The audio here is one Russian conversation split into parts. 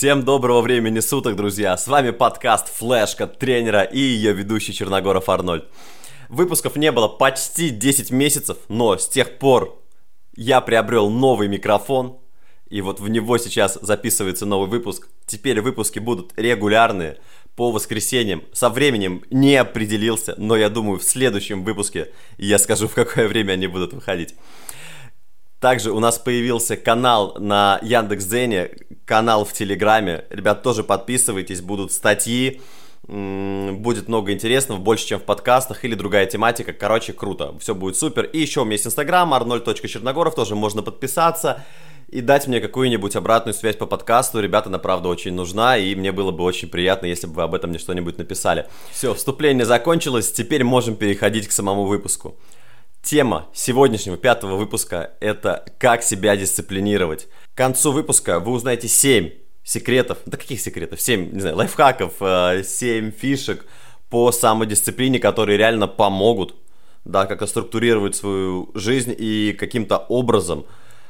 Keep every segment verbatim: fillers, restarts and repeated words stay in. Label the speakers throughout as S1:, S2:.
S1: Всем доброго времени суток, друзья! С вами подкаст «Флешка» тренера и ее ведущий Черногоров Арнольд. Выпусков не было почти десять месяцев, но с тех пор я приобрел новый микрофон, и вот в него сейчас записывается новый выпуск. Теперь выпуски будут регулярные, по воскресеньям. Со временем не определился, но я думаю, в следующем выпуске я скажу, в какое время они будут выходить. Также у нас появился канал на Яндекс.Дзене, канал в Телеграме. Ребят, тоже подписывайтесь, будут статьи, будет много интересного, больше, чем в подкастах или другая тематика. Короче, круто, все будет супер. И еще у меня есть Инстаграм, арнольд точка черногоров, тоже можно подписаться и дать мне какую-нибудь обратную связь по подкасту. Ребята, она правда очень нужна, и мне было бы очень приятно, если бы вы об этом мне что-нибудь написали. Все, вступление закончилось, теперь можем переходить к самому выпуску. Тема сегодняшнего пятого выпуска – это как себя дисциплинировать. К концу выпуска вы узнаете семь секретов, да каких секретов, семь, не знаю, лайфхаков, семь фишек по самодисциплине, которые реально помогут, да, как-то структурировать свою жизнь и каким-то образом,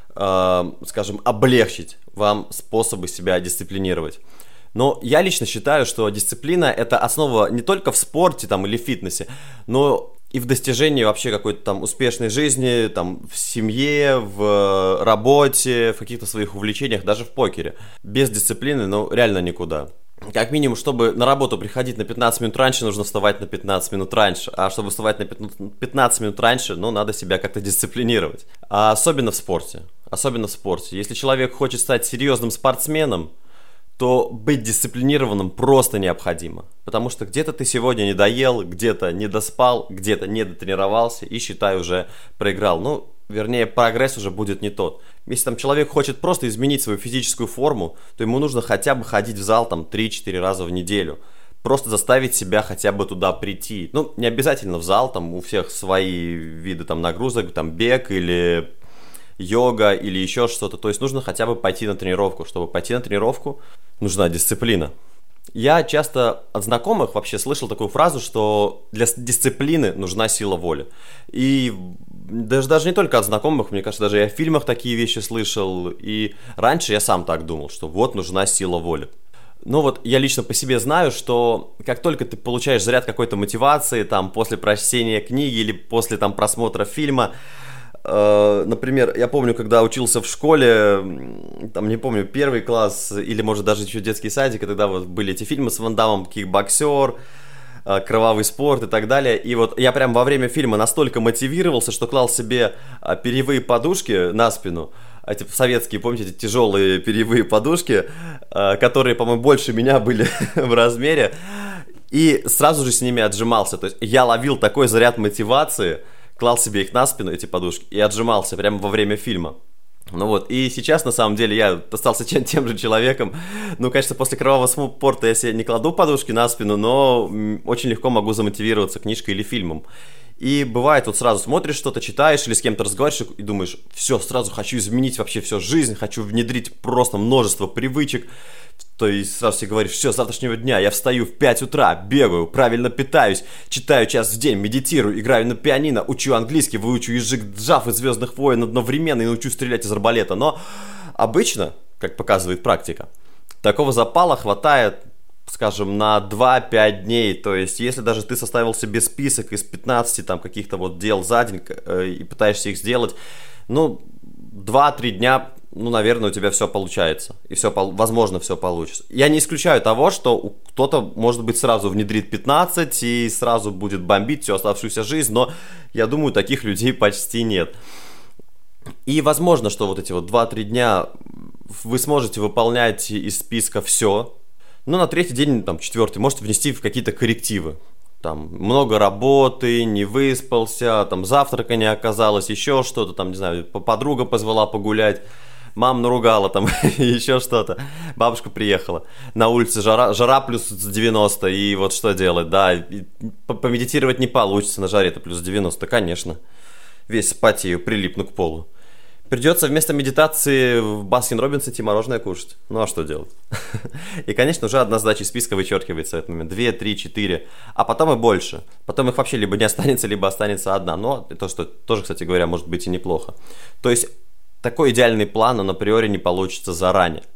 S1: э, скажем, облегчить вам способы себя дисциплинировать. Но я лично считаю, что дисциплина – это основа не только в спорте там, или фитнесе, но и в достижении вообще какой-то там успешной жизни, там, в семье, в работе, в каких-то своих увлечениях, даже в покере. Без дисциплины, ну, реально никуда. Как минимум, чтобы на работу приходить на пятнадцать минут раньше, нужно вставать на пятнадцать минут раньше. А чтобы вставать на пятнадцать минут раньше, ну, надо себя как-то дисциплинировать. А особенно в спорте. Особенно в спорте. Если человек хочет стать серьезным спортсменом, то быть дисциплинированным просто необходимо. Потому что где-то ты сегодня не доел, где-то не доспал, где-то не дотренировался и, считай, уже проиграл. Ну, вернее, прогресс уже будет не тот. Если там человек хочет просто изменить свою физическую форму, то ему нужно хотя бы ходить в зал там три-четыре раза в неделю. Просто заставить себя хотя бы туда прийти. Ну, не обязательно в зал, там у всех свои виды там нагрузок, там бег или йога или еще что-то. То есть нужно хотя бы пойти на тренировку. Чтобы пойти на тренировку, нужна дисциплина. Я часто от знакомых вообще слышал такую фразу, что для дисциплины нужна сила воли. И даже, даже не только от знакомых, мне кажется, даже я в фильмах такие вещи слышал. И раньше я сам так думал, что вот нужна сила воли. Но вот я лично по себе знаю, что как только ты получаешь заряд какой-то мотивации, там, после прочтения книги или после там, просмотра фильма, например, я помню, когда учился в школе, там, не помню, первый класс или, может, даже еще детский садик, и тогда вот были эти фильмы с Ван Даммом, «Кикбоксер», «Кровавый спорт» и так далее. И вот я прям во время фильма настолько мотивировался, что клал себе перьевые подушки на спину, эти советские, помните, эти тяжелые перьевые подушки, которые, по-моему, больше меня были в размере, и сразу же с ними отжимался. То есть я ловил такой заряд мотивации, клал себе их на спину, эти подушки, и отжимался прямо во время фильма. Ну вот, и сейчас, на самом деле, я остался тем, тем же человеком. Ну, конечно, после «Кровавого спорта» я себе не кладу подушки на спину, но очень легко могу замотивироваться книжкой или фильмом. И бывает, вот сразу смотришь что-то, читаешь или с кем-то разговариваешь и думаешь, все, сразу хочу изменить вообще всю жизнь, хочу внедрить просто множество привычек. То есть сразу себе говоришь, все, с завтрашнего дня я встаю в пять утра, бегаю, правильно питаюсь, читаю час в день, медитирую, играю на пианино, учу английский, выучу язык Джав и Звездных войн одновременно и научусь стрелять из арбалета. Но обычно, как показывает практика, такого запала хватает, скажем, на два-пять дней. То есть, если даже ты составил себе список из пятнадцати там каких-то вот дел за день э, и пытаешься их сделать, ну, два-три дня, ну, наверное, у тебя все получается. И все, возможно, все получится. Я не исключаю того, что кто-то, может быть, сразу внедрит пятнадцать и сразу будет бомбить всю оставшуюся жизнь, но я думаю, таких людей почти нет. И возможно, что вот эти вот два-три дня вы сможете выполнять из списка все, но на третий день, там, четвертый, можете внести в какие-то коррективы. Там много работы, не выспался, там завтрака не оказалось, еще что-то, там, не знаю, подруга позвала погулять, мама наругала, там, еще что-то, бабушка приехала, на улице жара, жара плюс девяносто, и вот что делать, да, помедитировать не получится на жаре-то плюс девяносто, конечно, весь спотею, прилипну к полу. Придется вместо медитации в Баскин-Роббинс идти мороженое кушать. Ну а что делать? И, конечно, уже одна задача из списка вычеркивается в этот момент. Две, три, четыре. А потом и больше. Потом их вообще либо не останется, либо останется одна. Но это что тоже, кстати говоря, может быть и неплохо. То есть такой идеальный план, он априори не получится заранее.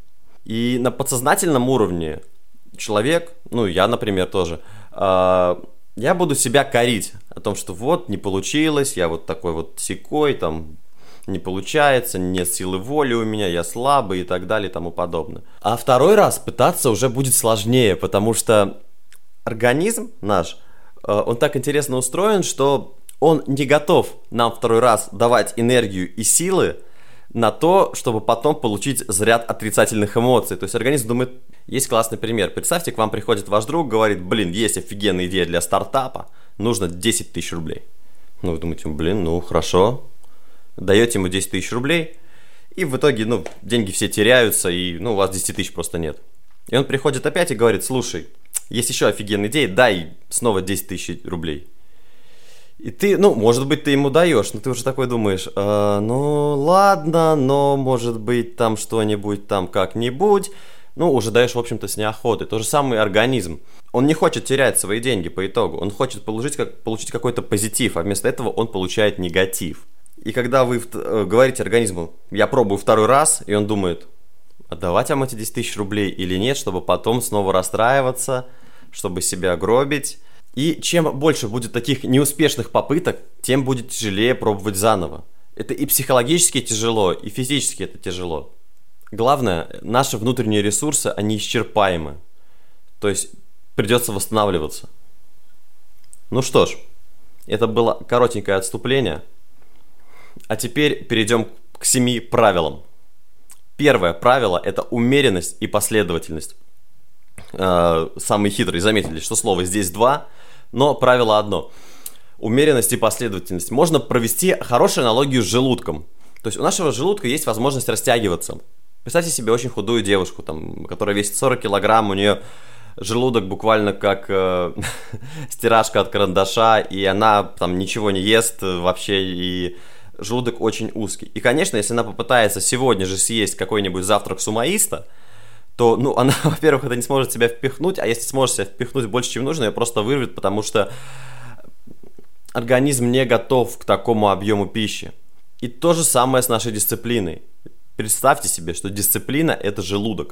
S1: И на подсознательном уровне человек, ну я, например, тоже, э, я буду себя корить о том, что вот не получилось, я вот такой вот сякой, там не получается, нет силы воли у меня, я слабый и так далее и тому подобное. А второй раз пытаться уже будет сложнее, потому что организм наш, э, он так интересно устроен, что он не готов нам второй раз давать энергию и силы на то, чтобы потом получить заряд отрицательных эмоций. То есть организм думает... Есть классный пример. Представьте, к вам приходит ваш друг, говорит, блин, есть офигенная идея для стартапа, нужно десять тысяч рублей. Ну, вы думаете, блин, ну, хорошо. Даете ему десять тысяч рублей, и в итоге, ну, деньги все теряются, и, ну, у вас десять тысяч просто нет. И он приходит опять и говорит, слушай, есть еще офигенная идея, дай снова десять тысяч рублей. И ты, ну, может быть, ты ему даешь, но ты уже такой думаешь, э, ну, ладно, но, может быть, там что-нибудь там как-нибудь. Ну, уже даешь, в общем-то, с неохотой. То же самое организм. Он не хочет терять свои деньги по итогу. Он хочет получить, как, получить какой-то позитив, а вместо этого он получает негатив. И когда вы э, говорите организму, я пробую второй раз, и он думает, отдавать вам эти десять тысяч рублей или нет, чтобы потом снова расстраиваться, чтобы себя гробить. И чем больше будет таких неуспешных попыток, тем будет тяжелее пробовать заново. Это и психологически тяжело, и физически это тяжело. Главное, наши внутренние ресурсы, они исчерпаемы. То есть придется восстанавливаться. Ну что ж, это было коротенькое отступление. А теперь перейдем к семи правилам. Первое правило – это умеренность и последовательность. Э, самые хитрые заметили, что слово здесь два, но правило одно. Умеренность и последовательность. Можно провести хорошую аналогию с желудком. То есть у нашего желудка есть возможность растягиваться. Представьте себе очень худую девушку, там, которая весит сорок килограмм, у нее желудок буквально как э, стиражка от карандаша, и она там ничего не ест вообще, и желудок очень узкий. И, конечно, если она попытается сегодня же съесть какой-нибудь завтрак сумоиста, то, ну, она, во-первых, это не сможет себя впихнуть, а если сможет себя впихнуть больше, чем нужно, ее просто вырвет, потому что организм не готов к такому объему пищи. И то же самое с нашей дисциплиной. Представьте себе, что дисциплина – это желудок.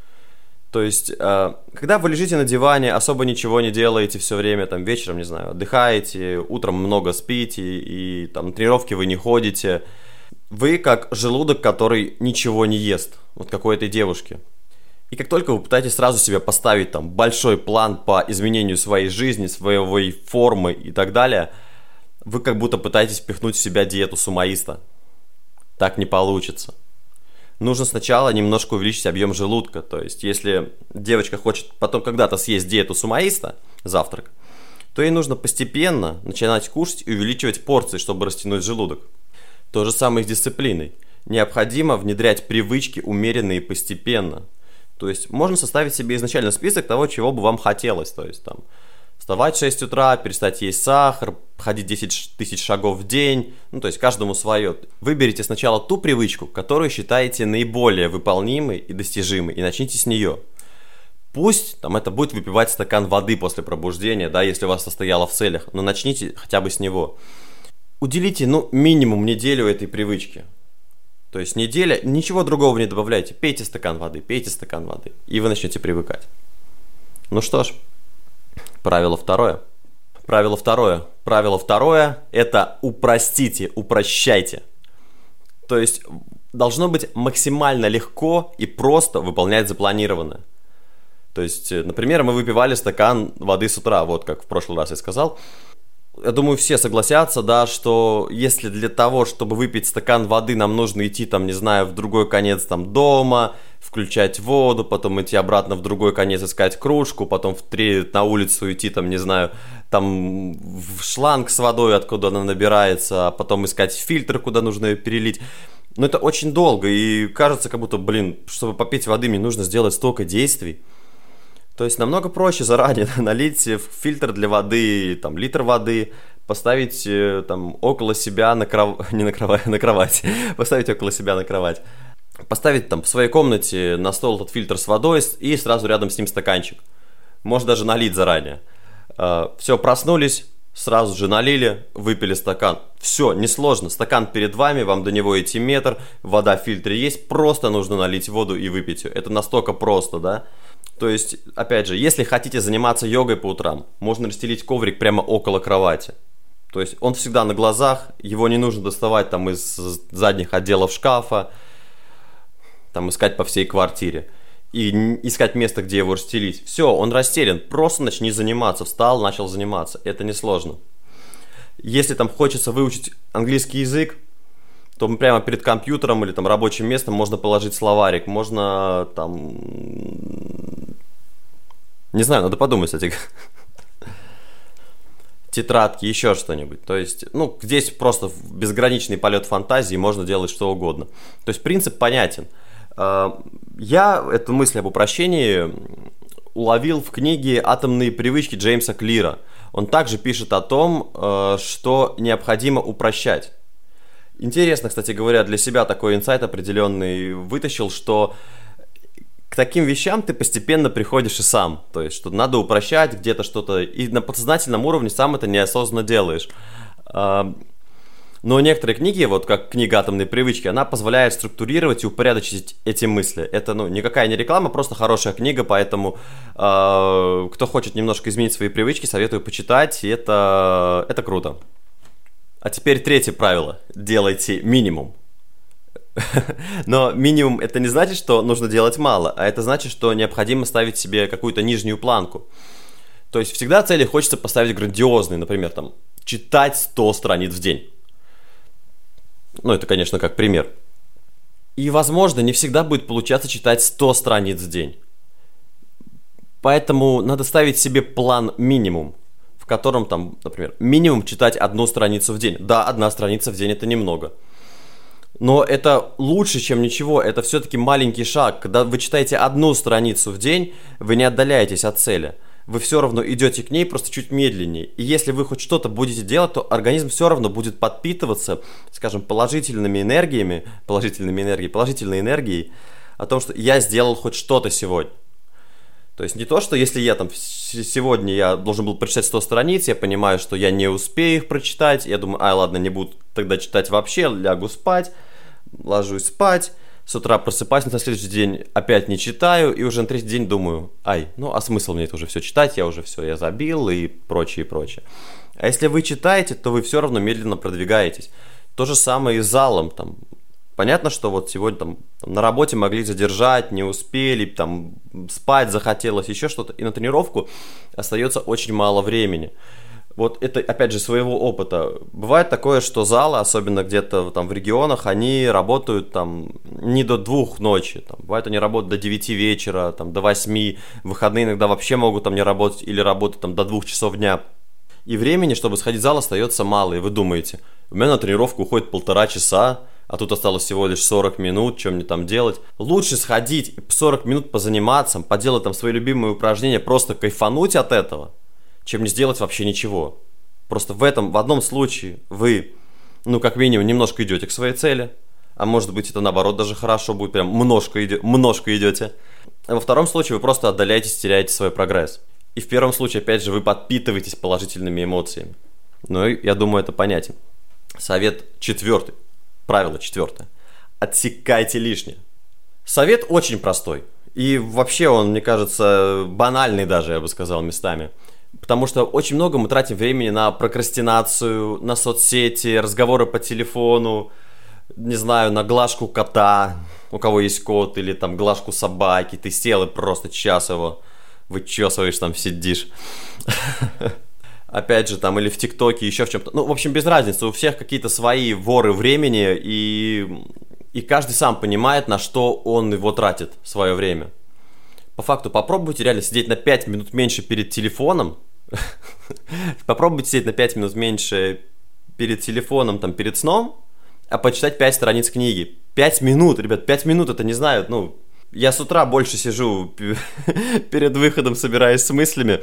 S1: То есть, э, когда вы лежите на диване, особо ничего не делаете все время, там, вечером, не знаю, отдыхаете, утром много спите, и там на тренировки вы не ходите, вы как желудок, который ничего не ест, вот как у этой девушки. И как только вы пытаетесь сразу себе поставить там большой план по изменению своей жизни, своей формы и так далее, вы как будто пытаетесь впихнуть в себя диету сумоиста. Так не получится. Нужно сначала немножко увеличить объем желудка. То есть, если девочка хочет потом когда-то съесть диету сумоиста, завтрак, то ей нужно постепенно начинать кушать и увеличивать порции, чтобы растянуть желудок. То же самое и с дисциплиной. Необходимо внедрять привычки умеренно и постепенно. То есть, можно составить себе изначально список того, чего бы вам хотелось. То есть, там, вставать в шесть утра, перестать есть сахар, ходить десять тысяч шагов в день, ну то есть каждому свое. Выберите сначала ту привычку, которую считаете наиболее выполнимой и достижимой, и начните с нее. Пусть там это будет выпивать стакан воды после пробуждения, да, если у вас состояло в целях, но начните хотя бы с него. Уделите, ну, минимум неделю этой привычке. То есть неделя, ничего другого не добавляйте, пейте стакан воды, пейте стакан воды, и вы начнете привыкать. Ну что ж. Правило второе. Правило второе. Правило второе – это упростите, упрощайте. То есть должно быть максимально легко и просто выполнять запланированное. То есть, например, мы выпивали стакан воды с утра, вот как в прошлый раз я сказал. Я думаю, все согласятся, да, что если для того, чтобы выпить стакан воды, нам нужно идти, там, не знаю, в другой конец там дома, включать воду, потом идти обратно в другой конец искать кружку, потом в три на улицу идти, там, не знаю, там в шланг с водой, откуда она набирается, а потом искать фильтр, куда нужно ее перелить. Но это очень долго, и кажется, как будто, блин, чтобы попить воды, мне нужно сделать столько действий. То есть намного проще заранее налить в фильтр для воды, там, литр воды, поставить там около себя на кровать, не на кровать, на кровать, поставить около себя на кровать, поставить там в своей комнате на стол этот фильтр с водой и сразу рядом с ним стаканчик. Можно даже налить заранее. Все, проснулись, Сразу же налили, выпили стакан. Все, несложно. Стакан перед вами, вам до него идти метр, вода в фильтре есть, просто нужно налить воду и выпить ее. Это настолько просто, да? То есть, опять же, если хотите заниматься йогой по утрам, можно расстелить коврик прямо около кровати. То есть он всегда на глазах, его не нужно доставать там из задних отделов шкафа, там искать по всей квартире и искать место, где его расстелить. Все, он расстелен, просто начни заниматься. Встал, начал заниматься. Это несложно. Если там хочется выучить английский язык, то прямо перед компьютером или там рабочим местом можно положить словарик. Можно там... Не знаю, надо подумать, кстати. Тетрадки, еще что-нибудь. То есть, ну, здесь просто безграничный полет фантазии, можно делать что угодно. То есть принцип понятен. Я эту мысль об упрощении уловил в книге «Атомные привычки» Джеймса Клира. Он также пишет о том, что необходимо упрощать. Интересно, кстати говоря, для себя такой инсайт определенный вытащил, что к таким вещам ты постепенно приходишь и сам. То есть, что надо упрощать где-то что-то, и на подсознательном уровне сам это неосознанно делаешь. Но некоторые книги, вот как книга «Атомные привычки», она позволяет структурировать и упорядочить эти мысли. Это, ну, никакая не реклама, просто хорошая книга, поэтому э, кто хочет немножко изменить свои привычки, советую почитать, и это, это круто. А теперь третье правило. Делайте минимум. Но минимум это не значит, что нужно делать мало, а это значит, что необходимо ставить себе какую-то нижнюю планку. То есть всегда цели хочется поставить грандиозные, например, там, читать сто страниц в день. Ну, это, конечно, как пример. И, возможно, не всегда будет получаться читать сто страниц в день. Поэтому надо ставить себе план минимум, в котором, там, например, минимум читать одну страницу в день. Да, одна страница в день это немного. Но это лучше, чем ничего. Это все-таки маленький шаг. Когда вы читаете одну страницу в день, вы не отдаляетесь от цели. Вы все равно идете к ней, просто чуть медленнее. И если вы хоть что-то будете делать, то организм все равно будет подпитываться, скажем, положительными энергиями, положительными энергией, положительной энергией о том, что я сделал хоть что-то сегодня. То есть не то, что если я там сегодня я должен был прочитать сто страниц, я понимаю, что я не успею их прочитать, я думаю, ай, ладно, не буду тогда читать вообще, лягу спать, ложусь спать. С утра просыпаюсь, на следующий день опять не читаю, и уже на третий день думаю, ай, ну а смысл мне это уже все читать, я уже все, я забил и прочее, и прочее. А если вы читаете, то вы все равно медленно продвигаетесь. То же самое и с залом. Там. Понятно, что вот сегодня там, там, на работе могли задержать, не успели, там, спать захотелось, еще что-то, и на тренировку остается очень мало времени. Вот это, опять же, своего опыта. Бывает такое, что залы, особенно где-то там в регионах, они работают там не до двух ночи. Там, бывает, они работают до девяти вечера, там, до восьми. В выходные иногда вообще могут там не работать или работать там до двух часов дня. И времени, чтобы сходить в зал, остается мало. И вы думаете, у меня на тренировку уходит полтора часа, а тут осталось всего лишь сорок минут, что мне там делать? Лучше сходить и сорок минут позаниматься, поделать там свои любимые упражнения, просто кайфануть от этого, чем не сделать вообще ничего. Просто в этом, в одном случае вы, ну, как минимум, немножко идете к своей цели, а может быть, это наоборот даже хорошо будет, прям множко, иде, множко идете. А во втором случае вы просто отдаляетесь, теряете свой прогресс. И в первом случае, опять же, вы подпитываетесь положительными эмоциями. Ну, я думаю, это понятен. Совет четвертый. Правило четвертое. Отсекайте лишнее. Совет очень простой. И вообще он, мне кажется, банальный даже, я бы сказал, местами. Потому что очень много мы тратим времени на прокрастинацию, на соцсети, разговоры по телефону, не знаю, на глажку кота, у кого есть кот, или там глажку собаки. Ты сел и просто час его вычесываешь, там сидишь. Опять же, там, или в ТикТоке, еще в чем-то. Ну, в общем, без разницы. У всех какие-то свои воры времени, и, и каждый сам понимает, на что он его тратит, свое время. По факту, попробуйте реально сидеть на пять минут меньше перед телефоном. Попробуйте сидеть на пять минут меньше перед телефоном, там, перед сном, а почитать пять страниц книги. пять минут, ребят, пять минут, это не знаю, ну... Я с утра больше сижу перед выходом, собираясь с мыслями.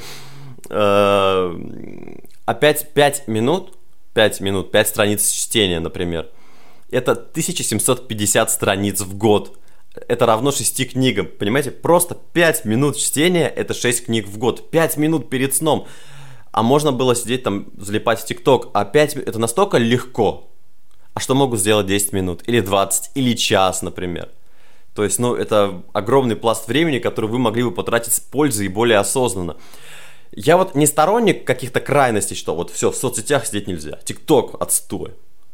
S1: Опять пять минут, пять минут, пять страниц чтения, например. Это тысяча семьсот пятьдесят страниц в год. Это равно шести книгам, понимаете? Просто пять минут чтения – это шесть книг в год. пять минут перед сном. А можно было сидеть там, залипать в ТикТок. А пять минут это настолько легко. А что могут сделать десять минут? Или двадцать? Или час, например? То есть, ну, это огромный пласт времени, который вы могли бы потратить с пользой и более осознанно. Я вот не сторонник каких-то крайностей, что вот все, в соцсетях сидеть нельзя. ТикТок отстой.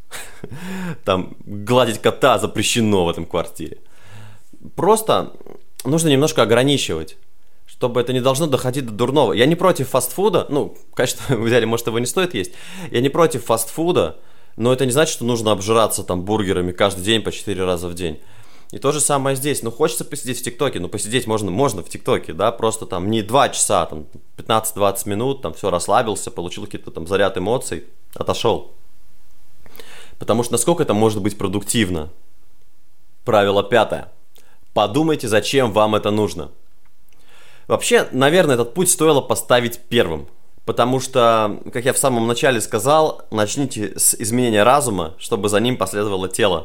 S1: Там гладить кота запрещено в этом квартире. Просто нужно немножко ограничивать, чтобы это не должно доходить до дурного. Я не против фастфуда, ну, конечно, в идеале, может, его не стоит есть. Я не против фастфуда, но это не значит, что нужно обжираться там бургерами каждый день по четыре раза в день. И то же самое здесь. Ну, хочется посидеть в ТикТоке, ну, посидеть можно, можно в ТикТоке, да, просто там не два часа, там, пятнадцать-двадцать минут, там, все, расслабился, получил какие-то там заряд эмоций, отошел. Потому что насколько это может быть продуктивно? Правило пятое. Подумайте, зачем вам это нужно. Вообще, наверное, этот путь стоило поставить первым. Потому что, как я в самом начале сказал, начните с изменения разума, чтобы за ним последовало тело.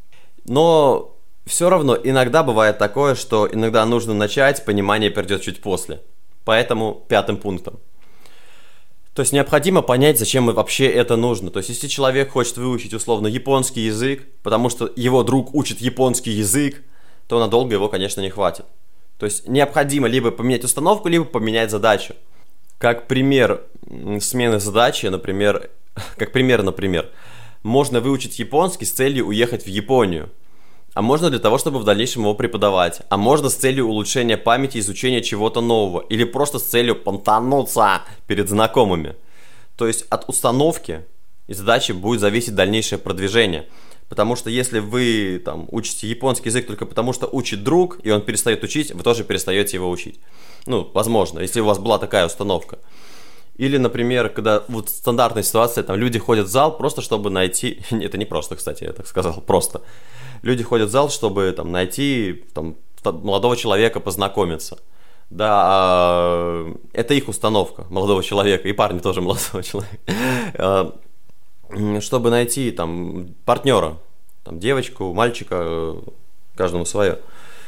S1: Но все равно иногда бывает такое, что иногда нужно начать, понимание придет чуть после. Поэтому пятым пунктом. То есть необходимо понять, зачем вообще это нужно. То есть если человек хочет выучить условно японский язык, потому что его друг учит японский язык, то надолго его, конечно, не хватит. То есть необходимо либо поменять установку, либо поменять задачу. Как пример смены задачи, например, как пример, например, можно выучить японский с целью уехать в Японию. А можно для того, чтобы в дальнейшем его преподавать. А можно с целью улучшения памяти, изучения чего-то нового. Или просто с целью понтануться перед знакомыми. То есть от установки и задачи будет зависеть дальнейшее продвижение. Потому что если вы там учите японский язык только потому, что учит друг, и он перестает учить, вы тоже перестаете его учить. Ну, возможно, если у вас была такая установка. Или, например, когда вот стандартная ситуация, там люди ходят в зал просто, чтобы найти... Это не просто, кстати, я так сказал, просто. Люди ходят в зал, чтобы там найти там, молодого человека, познакомиться. Да, это их установка, молодого человека, и парня тоже молодого человека. Чтобы найти там партнера, там девочку, мальчика, каждому свое.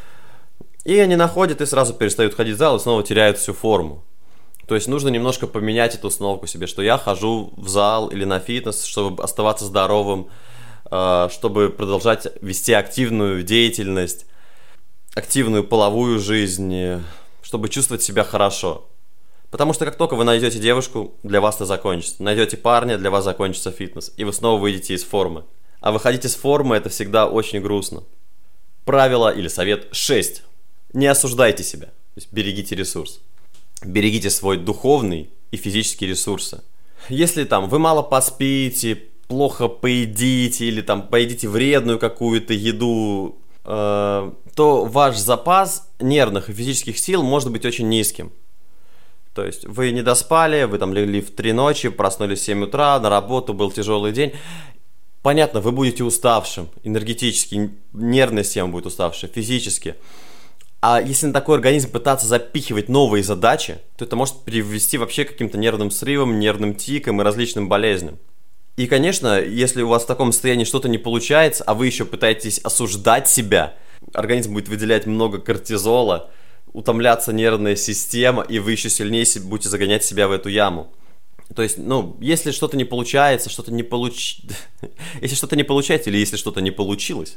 S1: И они находят и сразу перестают ходить в зал и снова теряют всю форму. То есть нужно немножко поменять эту установку себе, что я хожу в зал или на фитнес, чтобы оставаться здоровым, чтобы продолжать вести активную деятельность, активную половую жизнь, чтобы чувствовать себя хорошо. Потому что как только вы найдете девушку, для вас это закончится. Найдете парня, для вас закончится фитнес. И вы снова выйдете из формы. А выходить из формы — это всегда очень грустно. Правило или совет шесть. Не осуждайте себя. То есть берегите ресурс. Берегите свой духовный и физический ресурсы. Если там вы мало поспите, плохо поедите или там поедите вредную какую-то еду, э, то ваш запас нервных и физических сил может быть очень низким. То есть вы не доспали, вы там легли в три ночи, проснулись в семь утра, на работу, был тяжелый день. Понятно, вы будете уставшим, энергетически, нервная система будет уставшая, физически. А если на такой организм пытаться запихивать новые задачи, то это может привести вообще к каким-то нервным срывам, нервным тикам и различным болезням. И, конечно, если у вас в таком состоянии что-то не получается, а вы еще пытаетесь осуждать себя, организм будет выделять много кортизола, утомляться нервная система, и вы еще сильнее будете загонять себя в эту яму. То есть, ну, если что-то не получается, что-то не получ... если что-то не получается, или если что-то не получилось,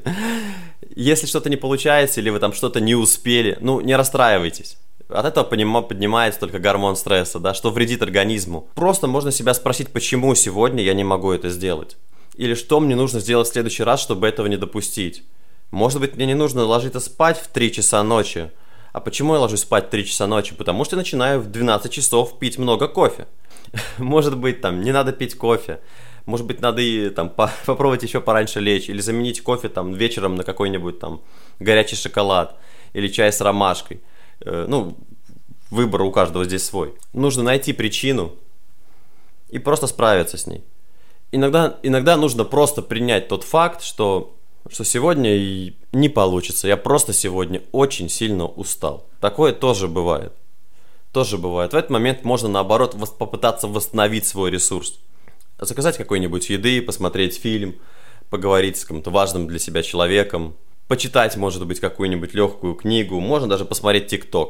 S1: если что-то не получается, или вы там что-то не успели, ну, не расстраивайтесь. От этого поднимается только гормон стресса, да, что вредит организму. Просто можно себя спросить, почему сегодня я не могу это сделать. Или что мне нужно сделать в следующий раз, чтобы этого не допустить. Может быть, мне не нужно ложиться спать в три часа ночи. А почему я ложусь спать в три часа ночи? Потому что я начинаю в двенадцать часов пить много кофе. Может быть, там, не надо пить кофе. Может быть, надо и там по- попробовать еще пораньше лечь. Или заменить кофе там вечером на какой-нибудь там горячий шоколад. Или чай с ромашкой. Э, ну, выбор у каждого здесь свой. Нужно найти причину и просто справиться с ней. Иногда, иногда нужно просто принять тот факт, что... что сегодня и не получится. Я просто сегодня очень сильно устал. Такое тоже бывает. Тоже бывает. В этот момент можно, наоборот, попытаться восстановить свой ресурс. Заказать какой-нибудь еды, посмотреть фильм, поговорить с каким-то важным для себя человеком, почитать, может быть, какую-нибудь легкую книгу, можно даже посмотреть ТикТок.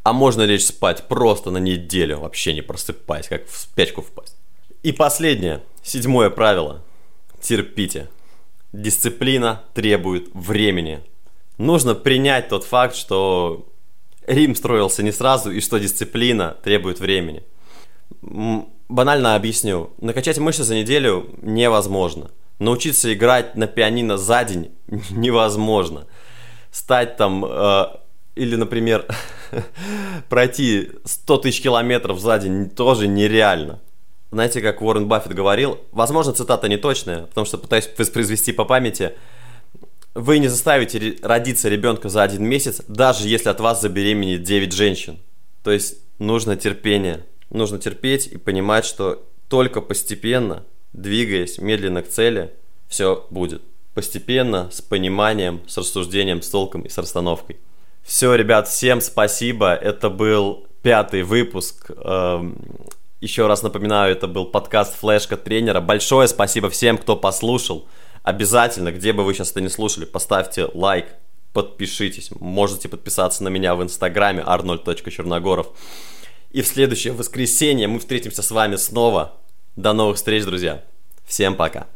S1: А можно лечь спать просто на неделю, вообще не просыпаясь, как в спячку впасть. И последнее, седьмое правило. Терпите. Дисциплина требует времени. Нужно принять тот факт, что Рим строился не сразу и что дисциплина требует времени. Банально объясню. Накачать мышцы за неделю невозможно. Научиться играть на пианино за день невозможно. Стать там, э, или, например, пройти сто тысяч километров за день тоже нереально. Знаете, как Уоррен Баффет говорил, возможно, цитата не точная, потому что пытаюсь воспроизвести по памяти. Вы не заставите родиться ребенка за один месяц, даже если от вас забеременеет девять женщин. То есть нужно терпение. Нужно терпеть и понимать, что только постепенно, двигаясь медленно к цели, все будет. Постепенно, с пониманием, с рассуждением, с толком и с расстановкой. Все, ребят, всем спасибо. Это был пятый выпуск. Еще раз напоминаю, это был подкаст «Флешка тренера». Большое спасибо всем, кто послушал. Обязательно, где бы вы сейчас это не слушали, поставьте лайк, подпишитесь. Можете подписаться на меня в инстаграме арнольд точка черногоров. И в следующее воскресенье мы встретимся с вами снова. До новых встреч, друзья. Всем пока.